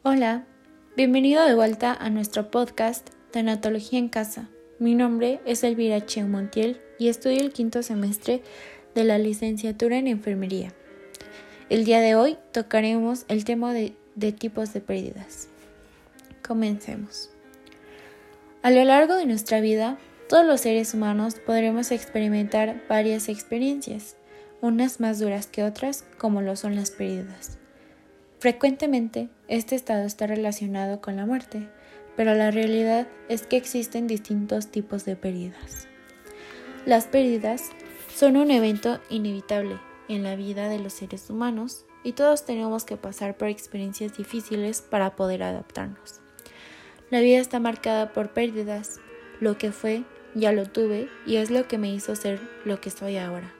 Hola, bienvenido de vuelta a nuestro podcast Tanatología en Casa. Mi nombre es Elvira Cheu Montiel y estudio el 5º semestre de la licenciatura en Enfermería. El día de hoy tocaremos el tema de tipos de pérdidas. Comencemos. A lo largo de nuestra vida, todos los seres humanos podremos experimentar varias experiencias, unas más duras que otras, como lo son las pérdidas. Frecuentemente, este estado está relacionado con la muerte, pero la realidad es que existen distintos tipos de pérdidas. Las pérdidas son un evento inevitable en la vida de los seres humanos y todos tenemos que pasar por experiencias difíciles para poder adaptarnos. La vida está marcada por pérdidas. Lo que fue, ya lo tuve y es lo que me hizo ser lo que soy ahora.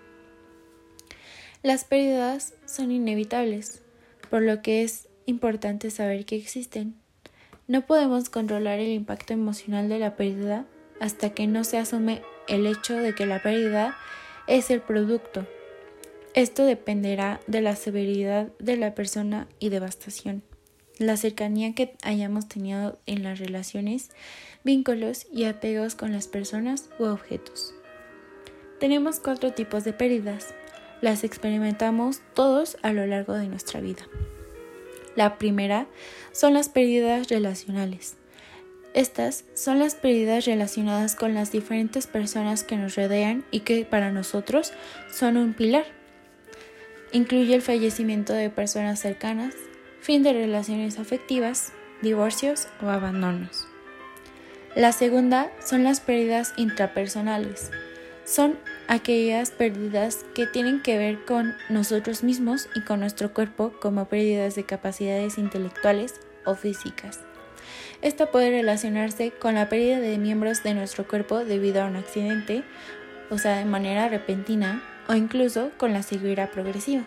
Las pérdidas son inevitables, por lo que es importante saber que existen. No podemos controlar el impacto emocional de la pérdida hasta que no se asume el hecho de que la pérdida es el producto. Esto dependerá de la severidad de la persona y devastación, la cercanía que hayamos tenido en las relaciones, vínculos y apegos con las personas u objetos. Tenemos 4 tipos de pérdidas. Las experimentamos todos a lo largo de nuestra vida. La primera son las pérdidas relacionales. Estas son las pérdidas relacionadas con las diferentes personas que nos rodean y que para nosotros son un pilar. Incluye el fallecimiento de personas cercanas, fin de relaciones afectivas, divorcios o abandonos. La segunda son las pérdidas intrapersonales. Son aquellas pérdidas que tienen que ver con nosotros mismos y con nuestro cuerpo, como pérdidas de capacidades intelectuales o físicas. Esta puede relacionarse con la pérdida de miembros de nuestro cuerpo debido a un accidente, o sea, de manera repentina, o incluso con la ceguera progresiva.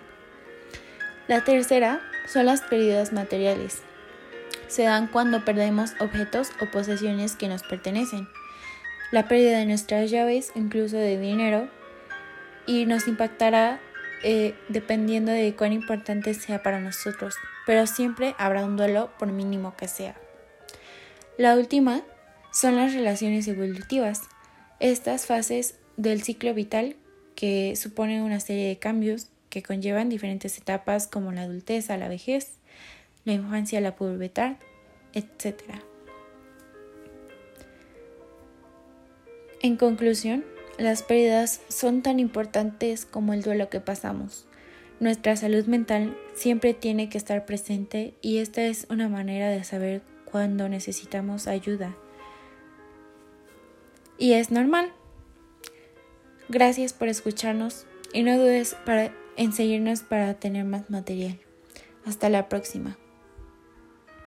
La tercera son las pérdidas materiales. Se dan cuando perdemos objetos o posesiones que nos pertenecen. La pérdida de nuestras llaves, incluso de dinero, y nos impactará dependiendo de cuán importante sea para nosotros, pero siempre habrá un duelo por mínimo que sea. La última son las relaciones evolutivas. Estas fases del ciclo vital que suponen una serie de cambios que conllevan diferentes etapas como la adultez, la vejez, la infancia, la pubertad, etc. En conclusión, las pérdidas son tan importantes como el duelo que pasamos. Nuestra salud mental siempre tiene que estar presente y esta es una manera de saber cuándo necesitamos ayuda. Y es normal. Gracias por escucharnos y no dudes en seguirnos para tener más material. Hasta la próxima.